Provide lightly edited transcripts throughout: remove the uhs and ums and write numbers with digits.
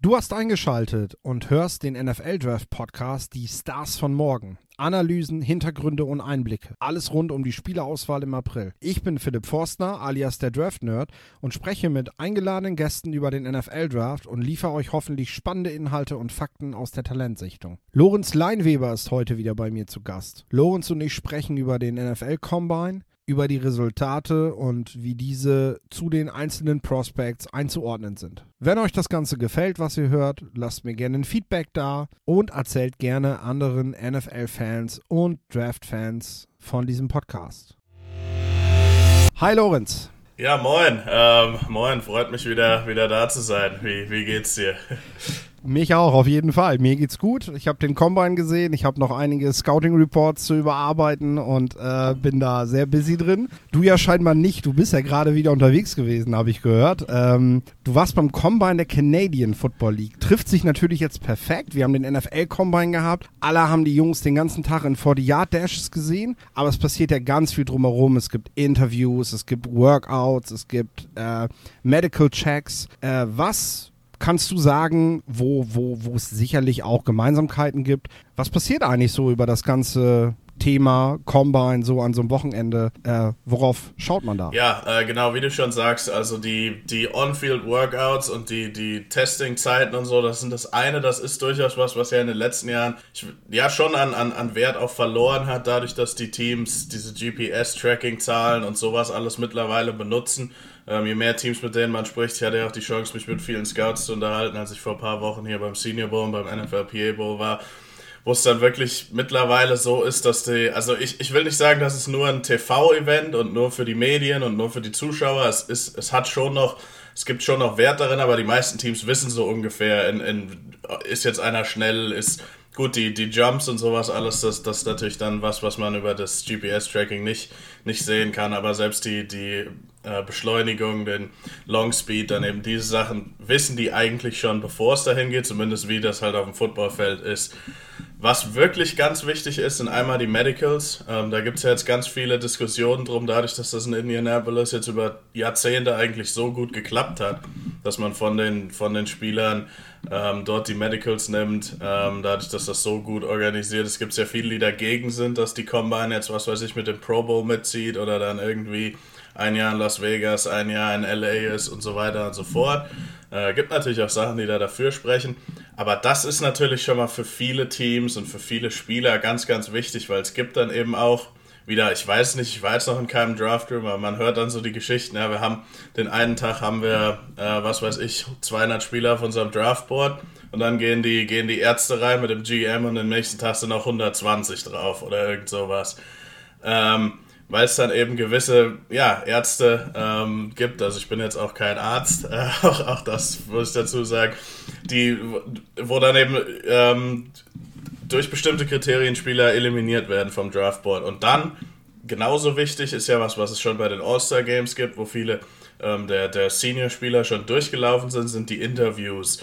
Du hast eingeschaltet und hörst den NFL-Draft-Podcast Die Stars von morgen. Analysen, Hintergründe und Einblicke. Alles rund um die Spielerauswahl im April. Ich bin Philipp Forstner, alias der Draft-Nerd, und spreche mit eingeladenen Gästen über den NFL-Draft und liefere euch hoffentlich spannende Inhalte und Fakten aus der Talentsichtung. Lorenz Leinweber ist heute wieder bei mir zu Gast. Lorenz und ich sprechen über den NFL-Combine, über die Resultate und wie diese zu den einzelnen Prospects einzuordnen sind. Wenn euch das Ganze gefällt, was ihr hört, lasst mir gerne ein Feedback da und erzählt gerne anderen NFL-Fans und Draft-Fans von diesem Podcast. Hi Lorenz. Ja, moin. Moin, freut mich wieder da zu sein. Wie geht's dir? Mich auch, auf jeden Fall. Mir geht's gut. Ich habe den Combine gesehen. Ich habe noch einige Scouting-Reports zu überarbeiten und bin da sehr busy drin. Du ja scheinbar nicht. Du bist ja gerade wieder unterwegs gewesen, habe ich gehört. Du warst beim Combine der Canadian Football League. Trifft sich natürlich jetzt perfekt. Wir haben den NFL-Combine gehabt. Alle haben die Jungs den ganzen Tag in 40-Yard-Dashes gesehen. Aber es passiert ja ganz viel drumherum. Es gibt Interviews, es gibt Workouts, es gibt Medical Checks. Was kannst du sagen, wo es sicherlich auch Gemeinsamkeiten gibt? Was passiert eigentlich so über das ganze Thema Combine so an so einem Wochenende? Worauf schaut man da? Ja, genau, wie du schon sagst, also die On-Field-Workouts und die Testing-Zeiten und so, das ist durchaus was ja in den letzten Jahren schon an Wert auch verloren hat, dadurch, dass die Teams diese GPS-Tracking-Zahlen und sowas alles mittlerweile benutzen. Je mehr Teams, mit denen man spricht, ich hatte ja auch die Chance, mich mit vielen Scouts zu unterhalten, als ich vor ein paar Wochen hier beim Senior Bowl und beim NFLPA Bowl war, wo es dann wirklich mittlerweile so ist, dass ich will nicht sagen, dass es nur ein TV-Event und nur für die Medien und nur für die Zuschauer, es gibt schon noch Wert darin, aber die meisten Teams wissen so ungefähr, ist jetzt einer schnell, ist gut, die Jumps und sowas alles, das ist natürlich dann was man über das GPS-Tracking nicht sehen kann, aber selbst die Beschleunigung, den Long Speed, dann eben diese Sachen wissen die eigentlich schon, bevor es dahin geht, zumindest wie das halt auf dem Footballfeld ist. Was wirklich ganz wichtig ist, sind einmal die Medicals. Da gibt es ja jetzt ganz viele Diskussionen drum, dadurch, dass das in Indianapolis jetzt über Jahrzehnte eigentlich so gut geklappt hat, dass man von den Spielern dort die Medicals nimmt, dadurch, dass das so gut organisiert ist. Es gibt ja viele, die dagegen sind, dass die Combine jetzt, was weiß ich, mit dem Pro Bowl mitzieht oder dann irgendwie ein Jahr in Las Vegas, ein Jahr in LA ist und so weiter und so fort. Gibt natürlich auch Sachen, die da dafür sprechen. Aber das ist natürlich schon mal für viele Teams und für viele Spieler ganz, ganz wichtig, weil es gibt dann eben auch wieder, ich war jetzt noch in keinem Draftroom, aber man hört dann so die Geschichten. Ja, wir haben den einen Tag 200 Spieler auf unserem Draftboard und dann gehen die Ärzte rein mit dem GM und den nächsten Tag sind noch 120 drauf oder irgend sowas. Weil es dann eben gewisse Ärzte gibt, also ich bin jetzt auch kein Arzt, auch das muss ich dazu sagen, wo dann eben durch bestimmte Kriterien Spieler eliminiert werden vom Draftboard. Und dann, genauso wichtig, ist ja was es schon bei den All-Star-Games gibt, wo viele der Senior-Spieler schon durchgelaufen sind die Interviews.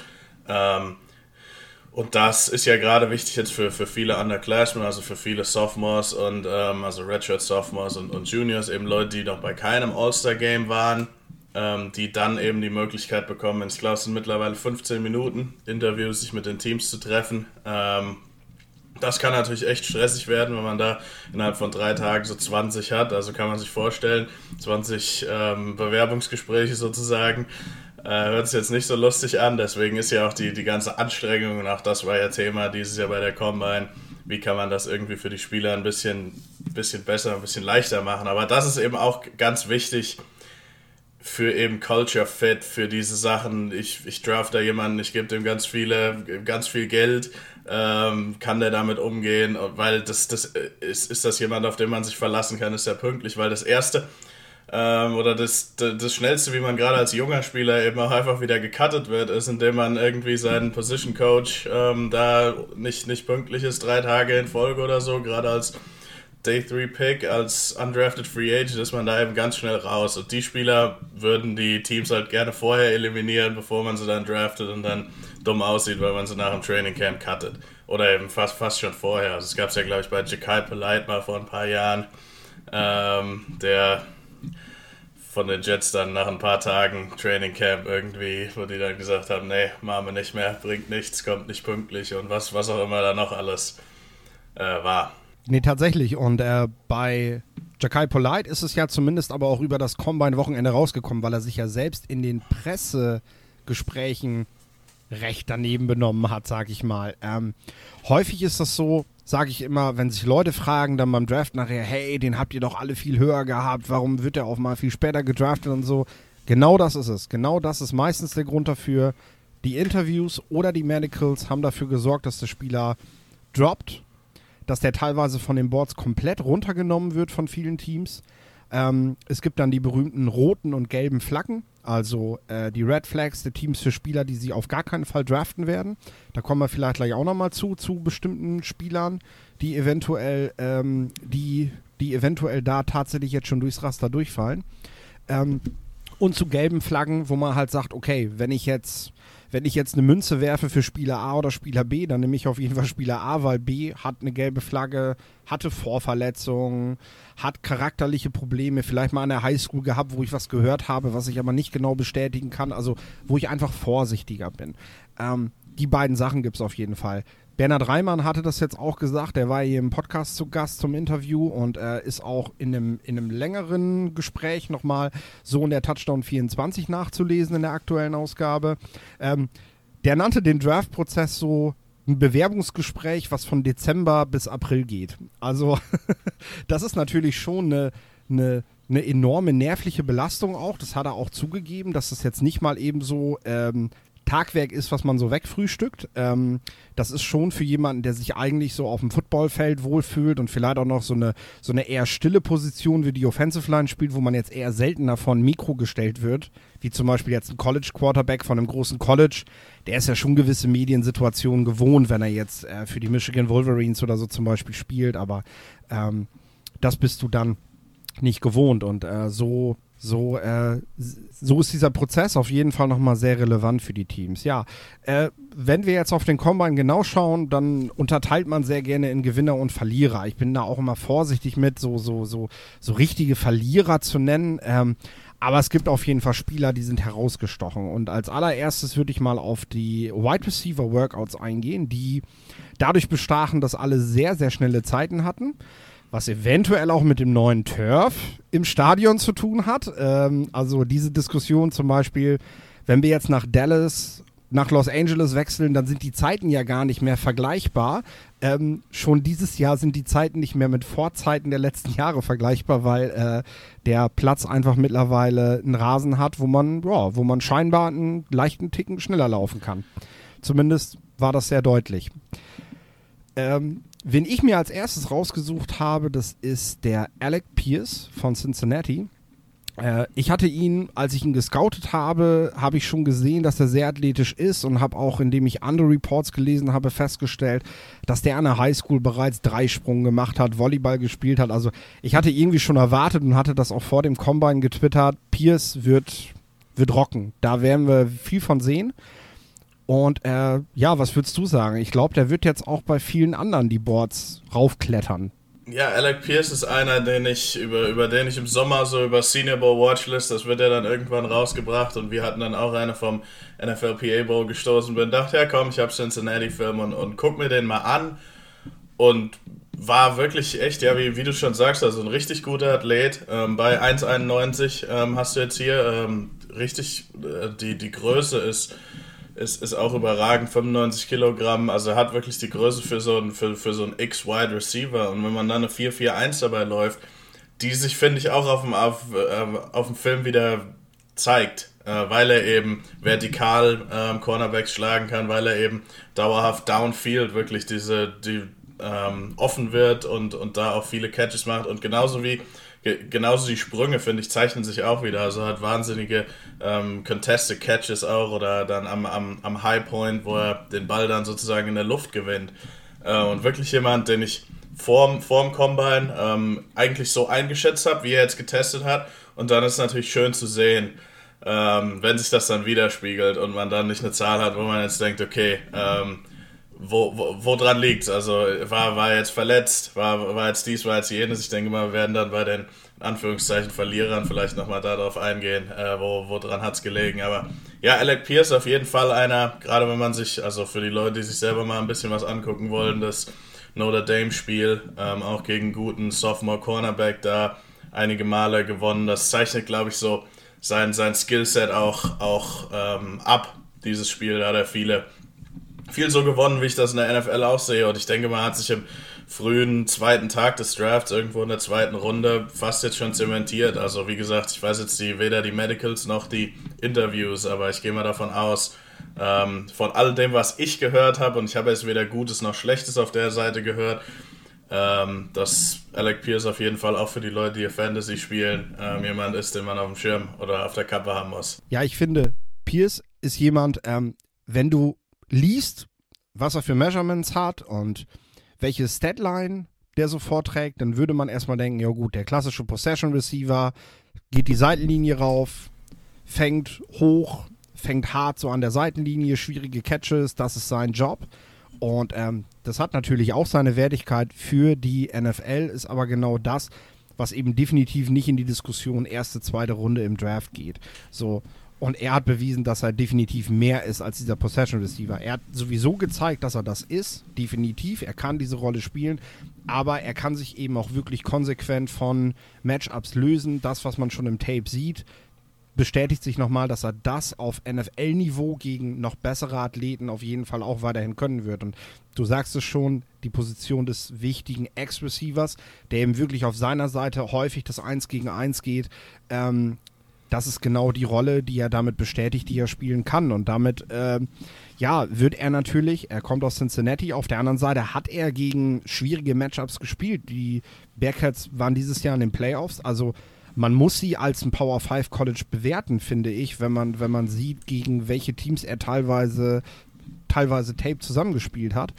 Und das ist ja gerade wichtig jetzt für viele Underclassmen, also für viele Sophomores und also Redshirt Sophomores und Juniors, eben Leute, die noch bei keinem All-Star-Game waren, die dann eben die Möglichkeit bekommen, ich glaube es sind mittlerweile 15 Minuten Interviews, sich mit den Teams zu treffen. Das kann natürlich echt stressig werden, wenn man da innerhalb von 3 Tagen so 20 hat, also kann man sich vorstellen, 20 Bewerbungsgespräche sozusagen. Hört sich jetzt nicht so lustig an, deswegen ist ja auch die ganze Anstrengung, und auch das war ja Thema dieses Jahr bei der Combine, wie kann man das irgendwie für die Spieler ein bisschen besser, ein bisschen leichter machen. Aber das ist eben auch ganz wichtig für eben Culture Fit, für diese Sachen. Ich draft da jemanden, ich gebe dem ganz viel Geld, kann der damit umgehen, weil das ist das jemand, auf den man sich verlassen kann, ist er pünktlich, weil das Erste oder das Schnellste, wie man gerade als junger Spieler eben auch einfach wieder gecuttet wird, ist, indem man irgendwie seinen Position Coach da nicht pünktlich ist, 3 Tage in Folge oder so, gerade als Day 3 Pick, als undrafted Free Agent ist man da eben ganz schnell raus. Und die Spieler würden die Teams halt gerne vorher eliminieren, bevor man sie dann draftet und dann dumm aussieht, weil man sie nach dem Training Camp cuttet. Oder eben fast schon vorher. Also es gab es ja, glaube ich, bei Ja'Kai Polite mal vor ein paar Jahren, der von den Jets dann nach ein paar Tagen Training Camp irgendwie, wo die dann gesagt haben, nee, machen wir nicht mehr, bringt nichts, kommt nicht pünktlich und was auch immer da noch alles war. Nee, tatsächlich. Und bei Jachai Polite ist es ja zumindest aber auch über das Combine-Wochenende rausgekommen, weil er sich ja selbst in den Pressegesprächen recht daneben benommen hat, sag ich mal. Häufig ist das so, sage ich immer, wenn sich Leute fragen dann beim Draft nachher, hey, den habt ihr doch alle viel höher gehabt, warum wird der auch mal viel später gedraftet und so. Genau das ist es. Genau das ist meistens der Grund dafür. Die Interviews oder die Medicals haben dafür gesorgt, dass der Spieler droppt, dass der teilweise von den Boards komplett runtergenommen wird von vielen Teams. Es gibt dann die berühmten roten und gelben Flaggen, also die Red Flags der Teams für Spieler, die sie auf gar keinen Fall draften werden. Da kommen wir vielleicht gleich auch nochmal zu bestimmten Spielern, die eventuell da tatsächlich jetzt schon durchs Raster durchfallen. Und zu gelben Flaggen, wo man halt sagt, okay, wenn ich jetzt eine Münze werfe für Spieler A oder Spieler B, dann nehme ich auf jeden Fall Spieler A, weil B hat eine gelbe Flagge, hatte Vorverletzungen, hat charakterliche Probleme, vielleicht mal an der Highschool gehabt, wo ich was gehört habe, was ich aber nicht genau bestätigen kann, also wo ich einfach vorsichtiger bin. Die beiden Sachen gibt es auf jeden Fall. Bernhard Reimann hatte das jetzt auch gesagt, der war hier im Podcast zu Gast zum Interview und ist auch in einem längeren Gespräch nochmal so in der Touchdown 24 nachzulesen in der aktuellen Ausgabe. Der nannte den Draft-Prozess so ein Bewerbungsgespräch, was von Dezember bis April geht. Also das ist natürlich schon eine enorme nervliche Belastung auch. Das hat er auch zugegeben, dass das jetzt nicht mal eben so Tagwerk ist, was man so wegfrühstückt. Das ist schon für jemanden, der sich eigentlich so auf dem Footballfeld wohlfühlt und vielleicht auch noch so eine eher stille Position wie die Offensive Line spielt, wo man jetzt eher seltener vor ein Mikro gestellt wird, wie zum Beispiel jetzt ein College-Quarterback von einem großen College. Der ist ja schon gewisse Mediensituationen gewohnt, wenn er jetzt für die Michigan Wolverines oder so zum Beispiel spielt, aber das bist du dann nicht gewohnt und so ist dieser Prozess auf jeden Fall nochmal sehr relevant für die Teams. Ja, wenn wir jetzt auf den Combine genau schauen, dann unterteilt man sehr gerne in Gewinner und Verlierer. Ich bin da auch immer vorsichtig mit, so richtige Verlierer zu nennen. Aber es gibt auf jeden Fall Spieler, die sind herausgestochen. Und als allererstes würde ich mal auf die Wide Receiver Workouts eingehen, die dadurch bestachen, dass alle sehr, sehr schnelle Zeiten hatten. Was eventuell auch mit dem neuen Turf im Stadion zu tun hat. Also diese Diskussion zum Beispiel, wenn wir jetzt nach Los Angeles wechseln, dann sind die Zeiten ja gar nicht mehr vergleichbar. Schon dieses Jahr sind die Zeiten nicht mehr mit Vorzeiten der letzten Jahre vergleichbar, weil der Platz einfach mittlerweile einen Rasen hat, wo man scheinbar einen leichten Ticken schneller laufen kann. Zumindest war das sehr deutlich. Wen ich mir als erstes rausgesucht habe, das ist der Alec Pierce von Cincinnati. Ich hatte ihn, als ich ihn gescoutet habe, habe ich schon gesehen, dass er sehr athletisch ist und habe auch, indem ich andere Reports gelesen habe, festgestellt, dass der an der Highschool bereits 3 Sprung gemacht hat, Volleyball gespielt hat. Also ich hatte irgendwie schon erwartet und hatte das auch vor dem Combine getwittert, Pierce wird rocken. Da werden wir viel von sehen. Und was würdest du sagen? Ich glaube, der wird jetzt auch bei vielen anderen die Boards raufklettern. Ja, Alec Pierce ist einer, über den ich im Sommer so über Senior Bowl Watchlist, das wird ja dann irgendwann rausgebracht und wir hatten dann auch eine vom NFLPA Bowl gestoßen, bin, dachte, ja komm, ich habe Cincinnati-Film und guck mir den mal an und war wirklich echt, ja, wie du schon sagst, also ein richtig guter Athlet. Bei 1,91 hast du jetzt hier richtig, die Größe ist auch überragend, 95 Kilogramm, also er hat wirklich die Größe für so einen X-Wide Receiver und wenn man dann eine 4-4-1 dabei läuft, die sich, finde ich, auch auf dem Film wieder zeigt, weil er eben vertikal Cornerbacks schlagen kann, weil er eben dauerhaft downfield wirklich offen wird und da auch viele Catches macht und genauso die Sprünge, finde ich, zeichnen sich auch wieder. Also hat wahnsinnige Contested Catches auch oder dann am High Point, wo er den Ball dann sozusagen in der Luft gewinnt. Und wirklich jemand, den ich vorm Combine eigentlich so eingeschätzt habe, wie er jetzt getestet hat. Und dann ist es natürlich schön zu sehen, wenn sich das dann widerspiegelt und man dann nicht eine Zahl hat, wo man jetzt denkt, okay, wo dran liegt's? Also war jetzt verletzt, war jetzt dies, war jetzt jenes. Ich denke mal, wir werden dann bei den in Anführungszeichen Verlierern vielleicht nochmal darauf eingehen, wo dran hat's gelegen. Aber ja, Alec Pierce auf jeden Fall einer, gerade wenn man sich, also für die Leute, die sich selber mal ein bisschen was angucken wollen, das Notre Dame-Spiel, auch gegen guten Sophomore-Cornerback da einige Male gewonnen. Das zeichnet, glaube ich, so sein Skillset auch ab, dieses Spiel. Da hat er viel so gewonnen, wie ich das in der NFL auch sehe. Und ich denke, man hat sich im frühen zweiten Tag des Drafts, irgendwo in der zweiten Runde, fast jetzt schon zementiert. Also wie gesagt, ich weiß jetzt weder die Medicals noch die Interviews, aber ich gehe mal davon aus, von all dem, was ich gehört habe, und ich habe jetzt weder Gutes noch Schlechtes auf der Seite gehört, dass Alec Pierce auf jeden Fall auch für die Leute, die hier Fantasy spielen, jemand ist, den man auf dem Schirm oder auf der Kappe haben muss. Ja, ich finde, Pierce ist jemand, wenn du liest, was er für Measurements hat und welche Statline der so vorträgt, dann würde man erstmal denken, ja gut, der klassische Possession Receiver geht die Seitenlinie rauf, fängt hoch, fängt hart so an der Seitenlinie, schwierige Catches, das ist sein Job. Und das hat natürlich auch seine Wertigkeit für die NFL, ist aber genau das, was eben definitiv nicht in die Diskussion erste, zweite Runde im Draft geht. So. Und er hat bewiesen, dass er definitiv mehr ist als dieser Possession Receiver. Er hat sowieso gezeigt, dass er das ist, definitiv. Er kann diese Rolle spielen, aber er kann sich eben auch wirklich konsequent von Matchups lösen. Das, was man schon im Tape sieht, bestätigt sich nochmal, dass er das auf NFL-Niveau gegen noch bessere Athleten auf jeden Fall auch weiterhin können wird. Und du sagst es schon, die Position des wichtigen Ex-Receivers, der eben wirklich auf seiner Seite häufig das 1 gegen 1 geht, das ist genau die Rolle, die er damit bestätigt, die er spielen kann. Und damit, wird er natürlich, er kommt aus Cincinnati, auf der anderen Seite hat er gegen schwierige Matchups gespielt. Die Bearcats waren dieses Jahr in den Playoffs, also man muss sie als ein Power 5 College bewerten, finde ich, wenn man sieht, gegen welche Teams er teilweise Tape zusammengespielt hat.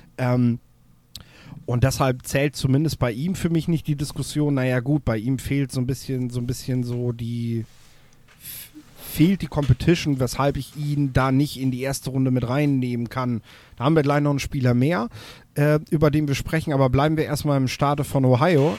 Und deshalb zählt zumindest bei ihm für mich nicht die Diskussion, naja gut, bei ihm fehlt fehlt die Competition, weshalb ich ihn da nicht in die erste Runde mit reinnehmen kann. Da haben wir gleich noch einen Spieler mehr, über den wir sprechen, aber bleiben wir erstmal im Staate von Ohio.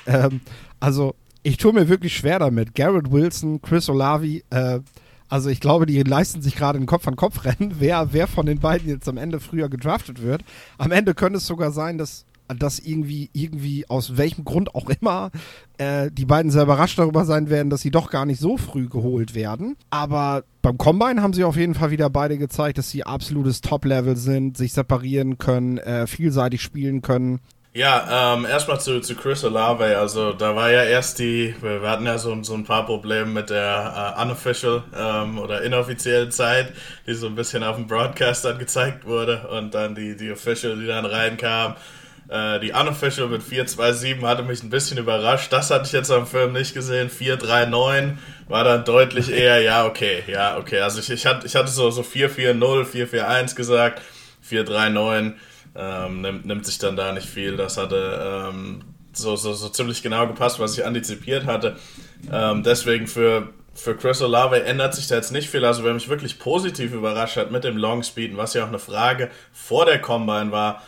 Ich tue mir wirklich schwer damit. Garrett Wilson, Chris Olave, ich glaube, die leisten sich gerade ein Kopf-an-Kopf-Rennen, wer von den beiden jetzt am Ende früher gedraftet wird. Am Ende könnte es sogar sein, dass irgendwie aus welchem Grund auch immer die beiden sehr überrascht darüber sein werden, dass sie doch gar nicht so früh geholt werden. Aber beim Combine haben sie auf jeden Fall wieder beide gezeigt, dass sie absolutes Top-Level sind, sich separieren können, vielseitig spielen können. Ja, erstmal zu Chris Olave, also da war ja erst wir hatten ja so ein paar Probleme mit der unofficial oder inoffiziellen Zeit, die so ein bisschen auf dem Broadcast dann gezeigt wurde, und dann die official, die dann reinkam. Die unofficial mit 4-2-7 hatte mich ein bisschen überrascht, das hatte ich jetzt am Film nicht gesehen. 4-3-9 war dann deutlich eher, ja okay, also ich hatte so 4-4-0, 4-4-1 gesagt, 4-3-9 nimmt sich dann da nicht viel. Das hatte so ziemlich genau gepasst, was ich antizipiert hatte. Deswegen für Chris Olave ändert sich da jetzt nicht viel. Also wer mich wirklich positiv überrascht hat mit dem Long Speed, was ja auch eine Frage vor der Combine war,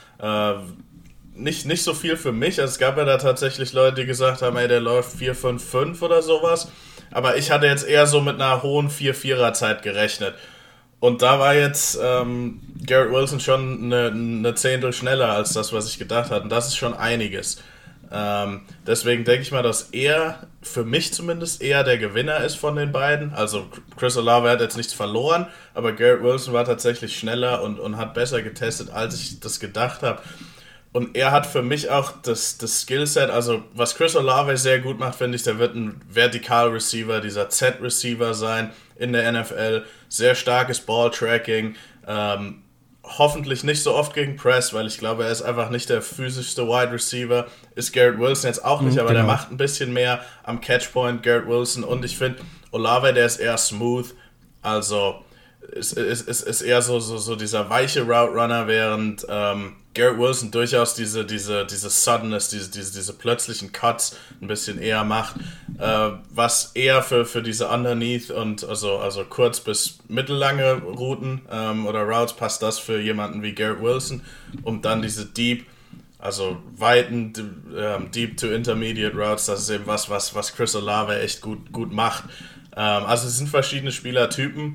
nicht so viel für mich. Also es gab ja da tatsächlich Leute, die gesagt haben, ey, der läuft 4-5-5 oder sowas. Aber ich hatte jetzt eher so mit einer hohen 4-4er Zeit gerechnet. Und da war jetzt Garrett Wilson schon eine Zehntel schneller als das, was ich gedacht hatte. Und das ist schon einiges. Deswegen denke ich mal, dass er, für mich zumindest, eher der Gewinner ist von den beiden. Also Chris Olave hat jetzt nichts verloren, aber Garrett Wilson war tatsächlich schneller und hat besser getestet, als ich das gedacht habe. Und er hat für mich auch das Skillset, also was Chris Olave sehr gut macht, finde ich, der wird ein Vertikal-Receiver, dieser Z-Receiver sein in der NFL. Sehr starkes Ball-Tracking, hoffentlich nicht so oft gegen Press, weil ich glaube, er ist einfach nicht der physischste Wide Receiver. Ist Garrett Wilson jetzt auch nicht, aber genau. Der macht ein bisschen mehr am Catchpoint, Garrett Wilson. Und ich finde, Olave, der ist eher smooth, also ist eher so dieser weiche Route Runner, während Garrett Wilson durchaus diese Suddenness, diese plötzlichen Cuts ein bisschen eher macht, was eher für diese Underneath und also kurz bis mittellange Routen oder Routes passt das für jemanden wie Garrett Wilson, um dann diese Deep, also weiten Deep to Intermediate Routes, das ist eben was Chris Olave echt gut macht. Also es sind verschiedene Spielertypen,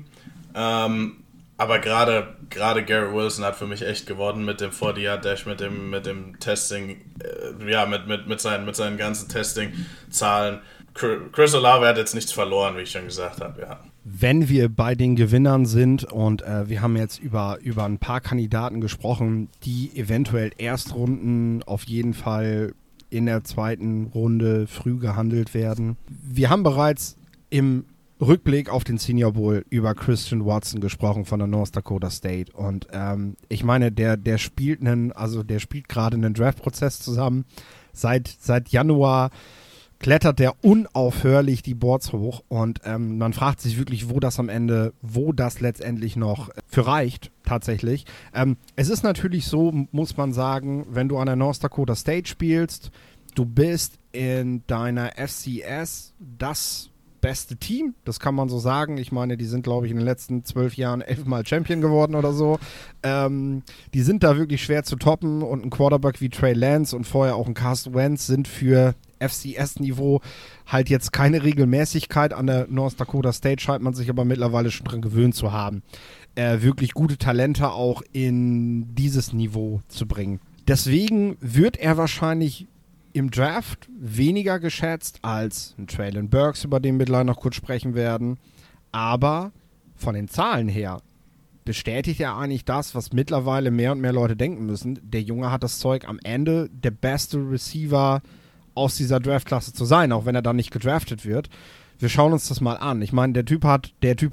aber gerade Garrett Wilson hat für mich echt gewonnen mit dem 40-Yard-Dash, mit dem Testing, mit seinen ganzen Testing-Zahlen. Chris Olave hat jetzt nichts verloren, wie ich schon gesagt habe, ja. Wenn wir bei den Gewinnern sind und wir haben jetzt über ein paar Kandidaten gesprochen, die eventuell Erstrunden auf jeden Fall in der zweiten Runde früh gehandelt werden. Wir haben bereits im Rückblick auf den Senior Bowl über Christian Watson gesprochen von der North Dakota State und ich meine, der spielt gerade einen Draft-Prozess zusammen. Seit Januar klettert der unaufhörlich die Boards hoch und man fragt sich wirklich, wo das letztendlich noch für reicht, tatsächlich. Es ist natürlich so, muss man sagen, wenn du an der North Dakota State spielst, du bist in deiner FCS das beste Team, das kann man so sagen. Ich meine, die sind, glaube ich, in den letzten 12 Jahren 11-mal Champion geworden oder so. Die sind da wirklich schwer zu toppen und ein Quarterback wie Trey Lance und vorher auch ein Carson Wentz sind für FCS-Niveau halt jetzt keine Regelmäßigkeit. An der North Dakota State scheint man sich aber mittlerweile schon dran gewöhnt zu haben, wirklich gute Talente auch in dieses Niveau zu bringen. Deswegen wird er wahrscheinlich im Draft weniger geschätzt als ein Traylon Burks, über den wir gleich noch kurz sprechen werden. Aber von den Zahlen her bestätigt er eigentlich das, was mittlerweile mehr und mehr Leute denken müssen. Der Junge hat das Zeug, am Ende der beste Receiver aus dieser Draftklasse zu sein, auch wenn er dann nicht gedraftet wird. Wir schauen uns das mal an. Ich meine, der Typ hat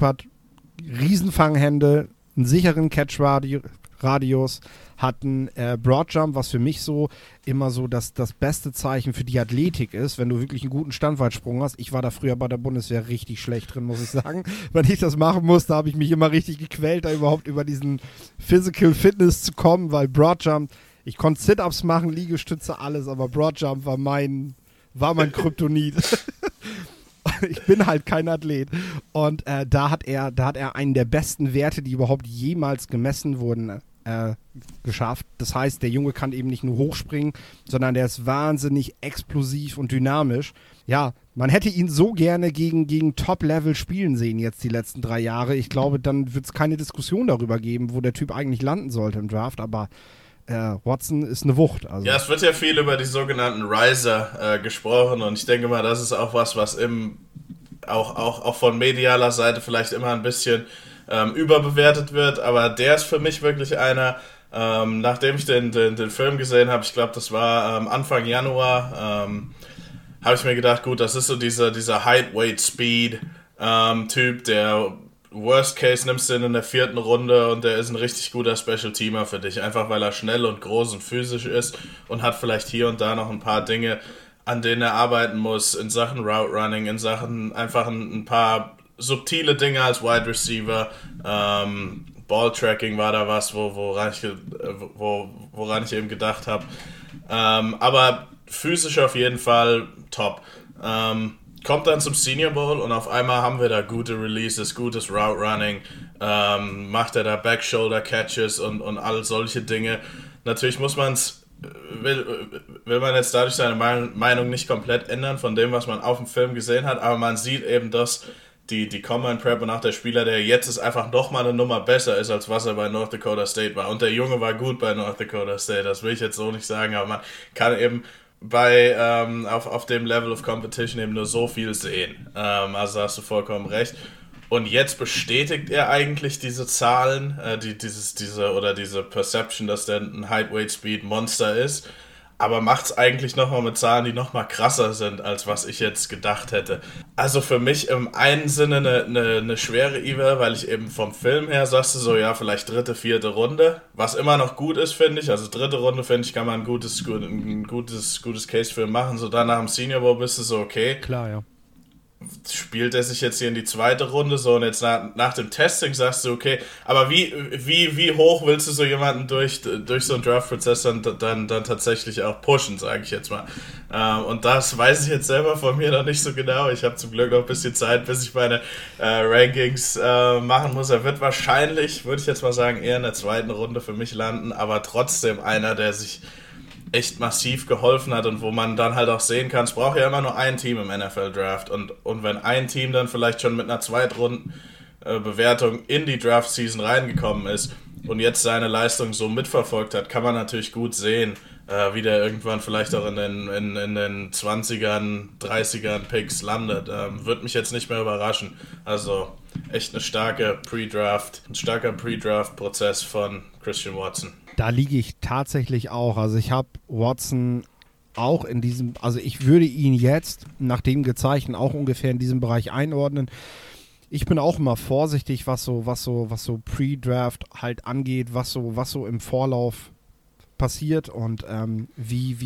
Riesenfanghände, einen sicheren Catch-Radius, hat einen Broadjump, was für mich so immer so das beste Zeichen für die Athletik ist, wenn du wirklich einen guten Standweitsprung hast. Ich war da früher bei der Bundeswehr richtig schlecht drin, muss ich sagen. Wenn ich das machen musste, habe ich mich immer richtig gequält, da überhaupt über diesen Physical Fitness zu kommen, weil Broadjump, ich konnte Sit-Ups machen, Liegestütze, alles, aber Broadjump war mein Kryptonit. Ich bin halt kein Athlet. Und da hat er einen der besten Werte, die überhaupt jemals gemessen wurden, geschafft. Das heißt, der Junge kann eben nicht nur hochspringen, sondern der ist wahnsinnig explosiv und dynamisch. Ja, man hätte ihn so gerne gegen Top-Level spielen sehen jetzt die letzten 3 Jahre. Ich glaube, dann wird es keine Diskussion darüber geben, wo der Typ eigentlich landen sollte im Draft, aber Watson ist eine Wucht. Also. Ja, es wird ja viel über die sogenannten Riser gesprochen und ich denke mal, das ist auch was auch von medialer Seite vielleicht immer ein bisschen überbewertet wird, aber der ist für mich wirklich einer, nachdem ich den Film gesehen habe, ich glaube, das war Anfang Januar, habe ich mir gedacht, gut, das ist so dieser Height-Weight-Speed-Typ, der Worst Case nimmst du ihn in der 4. Runde und der ist ein richtig guter Special-Teamer für dich, einfach weil er schnell und groß und physisch ist und hat vielleicht hier und da noch ein paar Dinge, an denen er arbeiten muss, in Sachen Route Running, in Sachen einfach ein paar subtile Dinge als Wide Receiver, Ball Tracking war da was, woran ich eben gedacht habe. Aber physisch auf jeden Fall top. Kommt dann zum Senior Bowl und auf einmal haben wir da gute Releases, gutes Route Running, macht er da Back-Shoulder Catches und all solche Dinge. Natürlich will man jetzt dadurch seine Meinung nicht komplett ändern von dem, was man auf dem Film gesehen hat, aber man sieht eben, dass die Combine Prep und auch der Spieler, der jetzt ist, einfach nochmal eine Nummer besser ist, als was er bei North Dakota State war. Und der Junge war gut bei North Dakota State, das will ich jetzt so nicht sagen, aber man kann eben auf dem Level of Competition eben nur so viel sehen. Also hast du vollkommen recht. Und jetzt bestätigt er eigentlich diese Zahlen, diese Perception, dass der ein Height-Weight-Speed-Monster ist, aber macht es eigentlich nochmal mit Zahlen, die nochmal krasser sind, als was ich jetzt gedacht hätte. Also für mich im einen Sinne eine schwere Eval, weil ich eben vom Film her sagst du so, ja, vielleicht 3., 4. Runde, was immer noch gut ist, finde ich. Also 3. Runde, finde ich, kann man ein gutes Case für machen. So dann nach dem Senior Bowl bist du so, okay. Klar, ja. spielt er sich jetzt hier in die zweite Runde so und jetzt nach dem Testing sagst du, okay, aber wie hoch willst du so jemanden durch so einen Draft-Prozess dann tatsächlich auch pushen, sage ich jetzt mal. Und das weiß ich jetzt selber von mir noch nicht so genau. Ich habe zum Glück noch ein bisschen Zeit, bis ich meine Rankings machen muss. Er wird wahrscheinlich, würde ich jetzt mal sagen, eher in der zweiten Runde für mich landen, aber trotzdem einer, der sich echt massiv geholfen hat und wo man dann halt auch sehen kann, es braucht ja immer nur ein Team im NFL-Draft und wenn ein Team dann vielleicht schon mit einer Zweitrunden-Bewertung in die Draft-Season reingekommen ist und jetzt seine Leistung so mitverfolgt hat, kann man natürlich gut sehen, wie der irgendwann vielleicht auch in den 20ern, 30ern Picks landet. Wird mich jetzt nicht mehr überraschen. Also echt ein starker Pre-Draft-Prozess von Christian Watson. Da liege ich tatsächlich auch. Also ich habe Watson auch in diesem, also ich würde ihn jetzt nach dem Gezeigten auch ungefähr in diesem Bereich einordnen. Ich bin auch immer vorsichtig, was so Pre-Draft halt angeht, was so im Vorlauf passiert und wie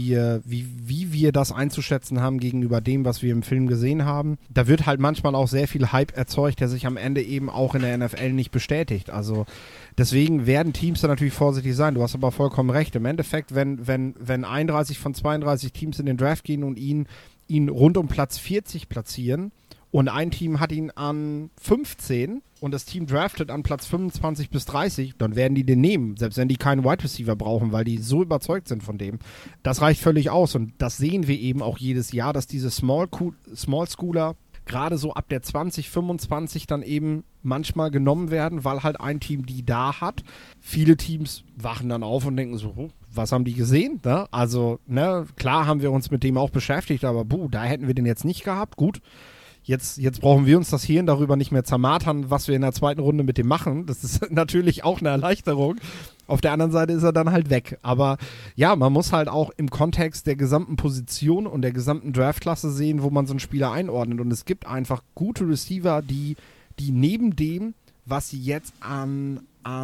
wir das einzuschätzen haben gegenüber dem, was wir im Film gesehen haben. Da wird halt manchmal auch sehr viel Hype erzeugt, der sich am Ende eben auch in der NFL nicht bestätigt. Also deswegen werden Teams da natürlich vorsichtig sein. Du hast aber vollkommen recht. Im Endeffekt, wenn 31 von 32 Teams in den Draft gehen und ihn rund um Platz 40 platzieren und ein Team hat ihn an 15 und das Team draftet an Platz 25 bis 30, dann werden die den nehmen, selbst wenn die keinen Wide Receiver brauchen, weil die so überzeugt sind von dem. Das reicht völlig aus und das sehen wir eben auch jedes Jahr, dass diese Small Schooler gerade so ab der 2025 dann eben manchmal genommen werden, weil halt ein Team die da hat. Viele Teams wachen dann auf und denken so, was haben die gesehen? Ne? Also, klar haben wir uns mit dem auch beschäftigt, aber da hätten wir den jetzt nicht gehabt. Gut. Jetzt brauchen wir uns das Hirn darüber nicht mehr zermartern, was wir in der zweiten Runde mit dem machen. Das ist natürlich auch eine Erleichterung. Auf der anderen Seite ist er dann halt weg. Aber ja, man muss halt auch im Kontext der gesamten Position und der gesamten Draftklasse sehen, wo man so einen Spieler einordnet. Und es gibt einfach gute Receiver, die neben dem, was sie jetzt an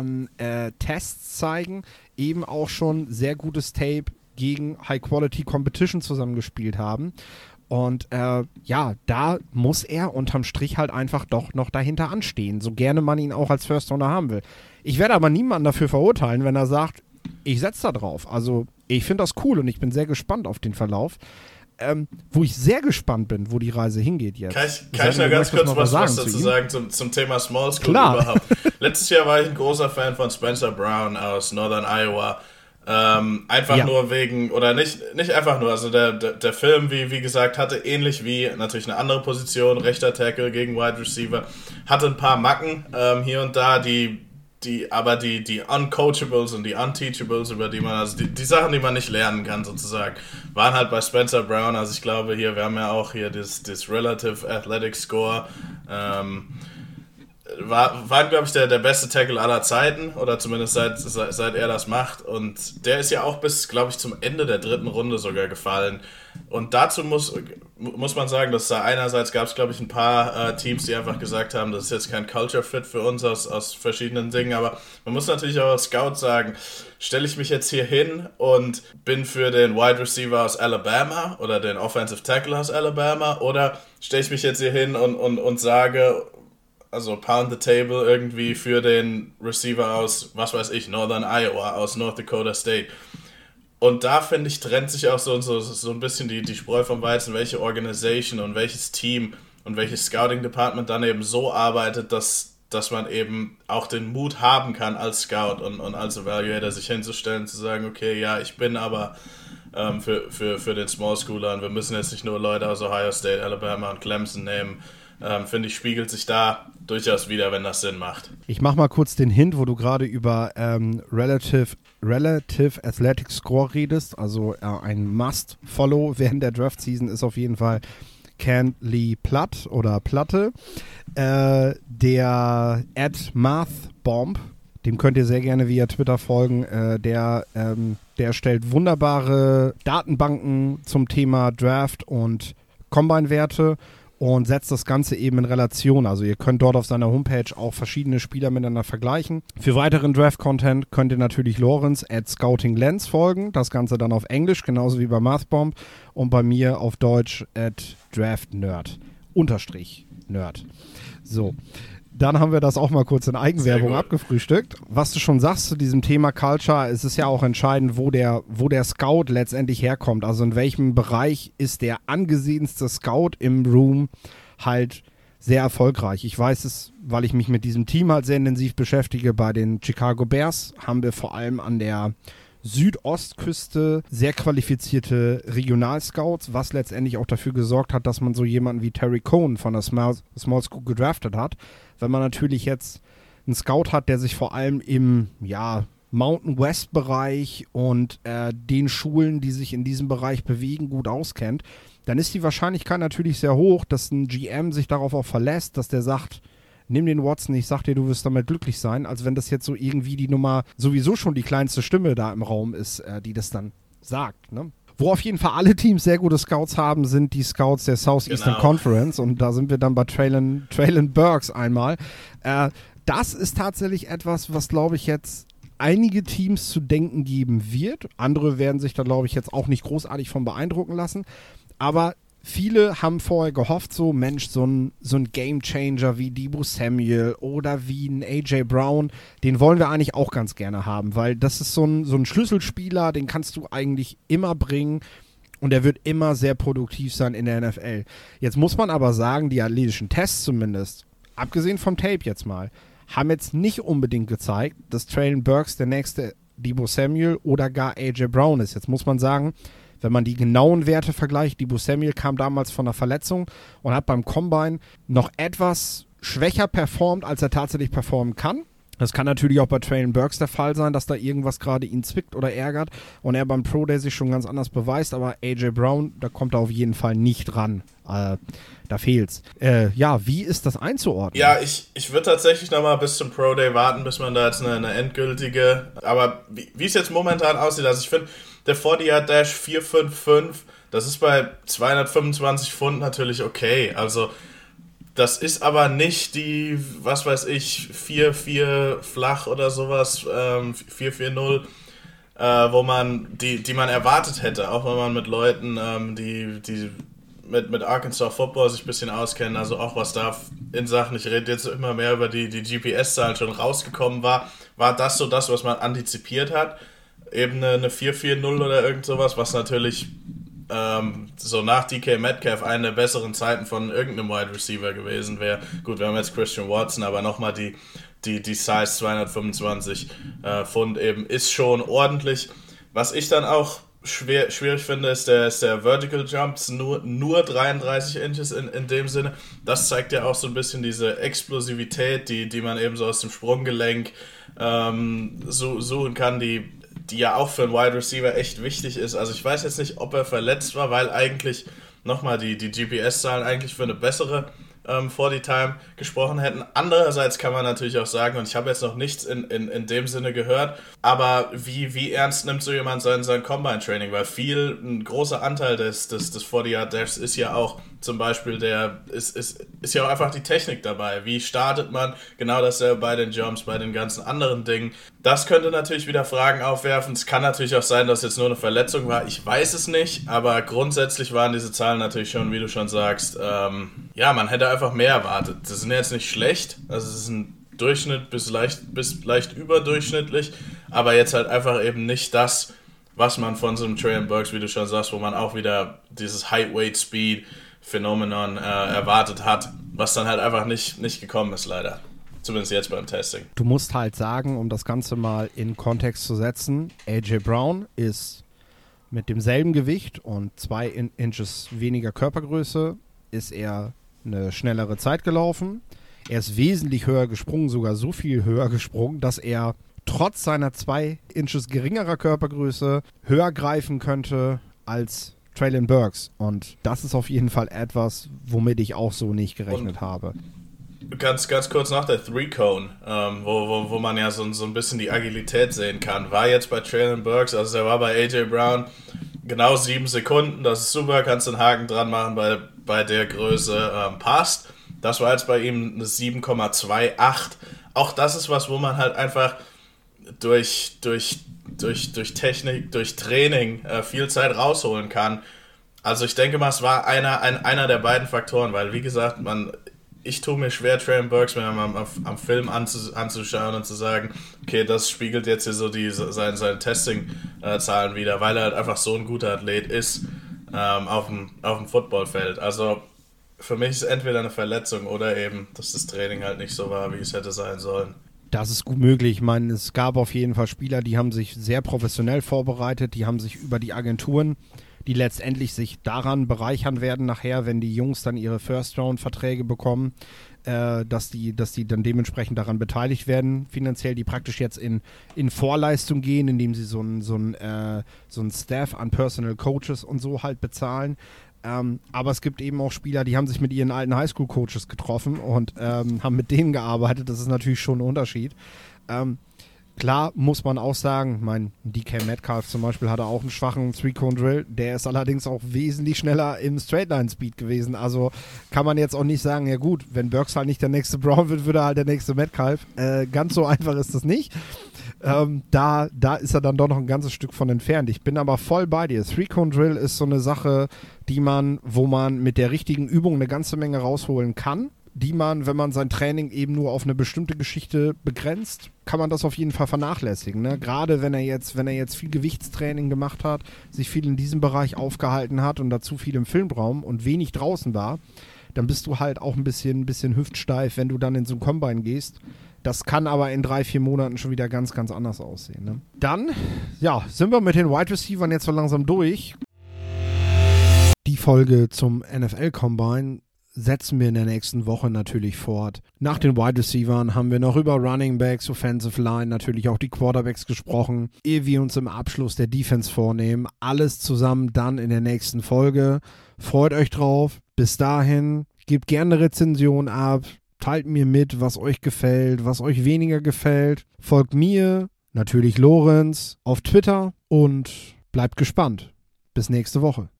Tests zeigen, eben auch schon sehr gutes Tape gegen High-Quality-Competition zusammengespielt haben. Und da muss er unterm Strich halt einfach doch noch dahinter anstehen, so gerne man ihn auch als First-Rounder haben will. Ich werde aber niemanden dafür verurteilen, wenn er sagt, ich setze da drauf. Also ich finde das cool und ich bin sehr gespannt auf den Verlauf. Wo ich sehr gespannt bin, wo die Reise hingeht jetzt. Kann ich noch ganz kurz was dazu sagen zum Thema Small School überhaupt? Letztes Jahr war ich ein großer Fan von Spencer Brown aus Northern Iowa. Nur wegen, oder nicht einfach nur, also der Film, wie gesagt, hatte ähnlich wie natürlich eine andere Position, rechter Tackle gegen Wide Receiver, hatte ein paar Macken hier und da, die Uncoachables und die Unteachables, über die man, also die Sachen, die man nicht lernen kann sozusagen, waren halt bei Spencer Brown. Also ich glaube hier, wir haben ja auch hier das Relative Athletic Score, war glaube ich, der beste Tackle aller Zeiten, oder zumindest seit er das macht. Und der ist ja auch bis, glaube ich, zum Ende der dritten Runde sogar gefallen. Und dazu muss man sagen, dass da einerseits gab es, glaube ich, ein paar Teams, die einfach gesagt haben, das ist jetzt kein Culture Fit für uns aus verschiedenen Dingen. Aber man muss natürlich auch als Scout sagen, stelle ich mich jetzt hier hin und bin für den Wide Receiver aus Alabama oder den Offensive Tackle aus Alabama, oder stelle ich mich jetzt hier hin und sage, also pound the table irgendwie für den Receiver aus, was weiß ich, Northern Iowa, aus North Dakota State. Und da, finde ich, trennt sich auch so ein bisschen die Spreu vom Weizen, welche Organisation und welches Team und welches Scouting Department dann eben so arbeitet, dass man eben auch den Mut haben kann als Scout und als Evaluator sich hinzustellen, zu sagen, okay, ja, ich bin aber für den Small Schooler und wir müssen jetzt nicht nur Leute aus Ohio State, Alabama und Clemson nehmen. Finde ich, spiegelt sich da durchaus wieder, wenn das Sinn macht. Ich mache mal kurz den Hint, wo du gerade über Relative Athletic Score redest. Also ein Must-Follow während der Draft-Season ist auf jeden Fall Cantley Platte. Der @MathBomb, dem könnt ihr sehr gerne via Twitter folgen. Der stellt wunderbare Datenbanken zum Thema Draft und Combine-Werte und setzt das Ganze eben in Relation. Also ihr könnt dort auf seiner Homepage auch verschiedene Spieler miteinander vergleichen. Für weiteren Draft-Content könnt ihr natürlich Lorenz @ScoutingLens folgen. Das Ganze dann auf Englisch, genauso wie bei MathBomb. Und bei mir auf Deutsch @DraftNerd. _Nerd. So. Dann haben wir das auch mal kurz in Eigenwerbung abgefrühstückt. Was du schon sagst zu diesem Thema Culture, es ist ja auch entscheidend, wo der Scout letztendlich herkommt. Also in welchem Bereich ist der angesehenste Scout im Room halt sehr erfolgreich. Ich weiß es, weil ich mich mit diesem Team halt sehr intensiv beschäftige. Bei den Chicago Bears haben wir vor allem an der Südostküste sehr qualifizierte Regionalscouts, was letztendlich auch dafür gesorgt hat, dass man so jemanden wie Terry Cohen von der Small School gedraftet hat. Wenn man natürlich jetzt einen Scout hat, der sich vor allem im Mountain West Bereich und den Schulen, die sich in diesem Bereich bewegen, gut auskennt, dann ist die Wahrscheinlichkeit natürlich sehr hoch, dass ein GM sich darauf auch verlässt, dass der sagt, nimm den Watson, ich sag dir, du wirst damit glücklich sein, als wenn das jetzt so irgendwie die Nummer, sowieso schon die kleinste Stimme da im Raum ist, die das dann sagt, ne? Wo auf jeden Fall alle Teams sehr gute Scouts haben, sind die Scouts der Southeastern Conference und da sind wir dann bei Traylon Burks einmal. Das ist tatsächlich etwas, was, glaube ich, jetzt einige Teams zu denken geben wird. Andere werden sich da, glaube ich, jetzt auch nicht großartig von beeindrucken lassen, aber viele haben vorher gehofft, so Mensch, so ein Gamechanger wie Deebo Samuel oder wie ein AJ Brown, den wollen wir eigentlich auch ganz gerne haben, weil das ist so ein Schlüsselspieler, den kannst du eigentlich immer bringen und der wird immer sehr produktiv sein in der NFL. Jetzt muss man aber sagen, die athletischen Tests zumindest, abgesehen vom Tape jetzt mal, haben jetzt nicht unbedingt gezeigt, dass Traylon Burks der nächste Deebo Samuel oder gar AJ Brown ist. Jetzt muss man sagen, wenn man die genauen Werte vergleicht, Deebo Samuel kam damals von einer Verletzung und hat beim Combine noch etwas schwächer performt, als er tatsächlich performen kann. Das kann natürlich auch bei Traylon Burks der Fall sein, dass da irgendwas gerade ihn zwickt oder ärgert und er beim Pro Day sich schon ganz anders beweist, aber AJ Brown, da kommt er auf jeden Fall nicht ran. Da fehlt's. Wie ist das einzuordnen? Ja, ich würde tatsächlich nochmal bis zum Pro Day warten, bis man da jetzt eine endgültige, aber wie es jetzt momentan aussieht, also ich finde, der 40-Yard Dash 4,55, das ist bei 225 Pfund natürlich okay. Also das ist aber nicht die, was weiß ich, 4,4 flach oder sowas, 4,40, wo man, die man erwartet hätte, auch wenn man mit Leuten, die mit Arkansas Football sich ein bisschen auskennen, also auch was da in Sachen, ich rede jetzt immer mehr über die GPS-Zahlen schon rausgekommen war das so das, was man antizipiert hat. Eben eine 4,40 oder irgend sowas, was natürlich so nach DK Metcalf eine der besseren Zeiten von irgendeinem Wide Receiver gewesen wäre. Gut, wir haben jetzt Christian Watson, aber nochmal die Size 225 Pfund eben ist schon ordentlich. Was ich dann auch schwierig finde, ist der Vertical Jumps, nur 33 Inches in dem Sinne. Das zeigt ja auch so ein bisschen diese Explosivität, die man eben so aus dem Sprunggelenk suchen kann, die ja auch für einen Wide Receiver echt wichtig ist. Also ich weiß jetzt nicht, ob er verletzt war, weil eigentlich nochmal die GPS-Zahlen eigentlich für eine bessere 40-Time gesprochen hätten. Andererseits kann man natürlich auch sagen, und ich habe jetzt noch nichts in dem Sinne gehört, aber wie ernst nimmt so jemand sein Combine-Training? Weil ein großer Anteil des 40-Yard-Dashs ist ja auch zum Beispiel ist ja auch einfach die Technik dabei. Wie startet man? Genau dasselbe bei den Jumps, bei den ganzen anderen Dingen. Das könnte natürlich wieder Fragen aufwerfen. Es kann natürlich auch sein, dass jetzt nur eine Verletzung war. Ich weiß es nicht, aber grundsätzlich waren diese Zahlen natürlich schon, wie du schon sagst, man hätte einfach mehr erwartet. Das sind jetzt nicht schlecht. Also es ist ein Durchschnitt bis leicht überdurchschnittlich, aber jetzt halt einfach eben nicht das, was man von so einem Traylon Burks, wie du schon sagst, wo man auch wieder dieses Height-Weight-Speed-Phänomenon erwartet hat, was dann halt einfach nicht gekommen ist, leider. Zumindest jetzt beim Testing. Du musst halt sagen, um das Ganze mal in Kontext zu setzen, AJ Brown ist mit demselben Gewicht und 2 Inches weniger Körpergröße, ist er eine schnellere Zeit gelaufen. Er ist wesentlich höher gesprungen, sogar so viel höher gesprungen, dass er trotz seiner 2 Inches geringerer Körpergröße höher greifen könnte als Traylon Burks. Und das ist auf jeden Fall etwas, womit ich auch so nicht gerechnet habe. Ganz kurz nach der 3-Cone, wo man ja so ein bisschen die Agilität sehen kann, war jetzt bei Traylon Burks, also er war bei AJ Brown genau 7 Sekunden, das ist super, kannst einen Haken dran machen, bei der Größe passt. Das war jetzt bei ihm eine 7,28. Auch das ist was, wo man halt einfach durch Technik, durch Training viel Zeit rausholen kann. Also ich denke mal, es war einer der beiden Faktoren, weil wie gesagt, ich tue mir schwer, Traylon Burks mir am Film anzuschauen und zu sagen, okay, das spiegelt jetzt hier so seine Testing-Zahlen wider, weil er halt einfach so ein guter Athlet ist auf dem Footballfeld. Also für mich ist entweder eine Verletzung oder eben, dass das Training halt nicht so war, wie es hätte sein sollen. Das ist gut möglich. Ich meine, es gab auf jeden Fall Spieler, die haben sich sehr professionell vorbereitet, die haben sich über die Agenturen, die letztendlich sich daran bereichern werden nachher, wenn die Jungs dann ihre First-Round-Verträge bekommen, dass die dann dementsprechend daran beteiligt werden, finanziell, die praktisch jetzt in Vorleistung gehen, indem sie so ein Staff an Personal Coaches und so halt bezahlen. Aber es gibt eben auch Spieler, die haben sich mit ihren alten Highschool-Coaches getroffen und haben mit denen gearbeitet. Das ist natürlich schon ein Unterschied. Klar muss man auch sagen, mein DK Metcalf zum Beispiel hatte auch einen schwachen Three-Cone-Drill. Der ist allerdings auch wesentlich schneller im Straight-Line-Speed gewesen. Also kann man jetzt auch nicht sagen, ja gut, wenn Burks halt nicht der nächste Brown wird, wird er halt der nächste Metcalf. Ganz so einfach ist das nicht. Da ist er dann doch noch ein ganzes Stück von entfernt. Ich bin aber voll bei dir. Three-Cone-Drill ist so eine Sache, wo man mit der richtigen Übung eine ganze Menge rausholen kann. Die man, wenn man sein Training eben nur auf eine bestimmte Geschichte begrenzt, kann man das auf jeden Fall vernachlässigen. Ne? Gerade wenn er jetzt viel Gewichtstraining gemacht hat, sich viel in diesem Bereich aufgehalten hat und dazu viel im Filmraum und wenig draußen war, dann bist du halt auch ein bisschen hüftsteif, wenn du dann in so ein Combine gehst. Das kann aber in 3-4 Monaten schon wieder ganz, ganz anders aussehen. Ne? Dann, ja, sind wir mit den Wide Receivern jetzt so langsam durch. Die Folge zum NFL-Combine setzen wir in der nächsten Woche natürlich fort. Nach den Wide Receivern haben wir noch über Running Backs, Offensive Line, natürlich auch die Quarterbacks gesprochen, ehe wir uns im Abschluss der Defense vornehmen. Alles zusammen dann in der nächsten Folge. Freut euch drauf. Bis dahin, gebt gerne eine Rezension ab, teilt mir mit, was euch gefällt, was euch weniger gefällt. Folgt mir, natürlich Lorenz, auf Twitter und bleibt gespannt. Bis nächste Woche.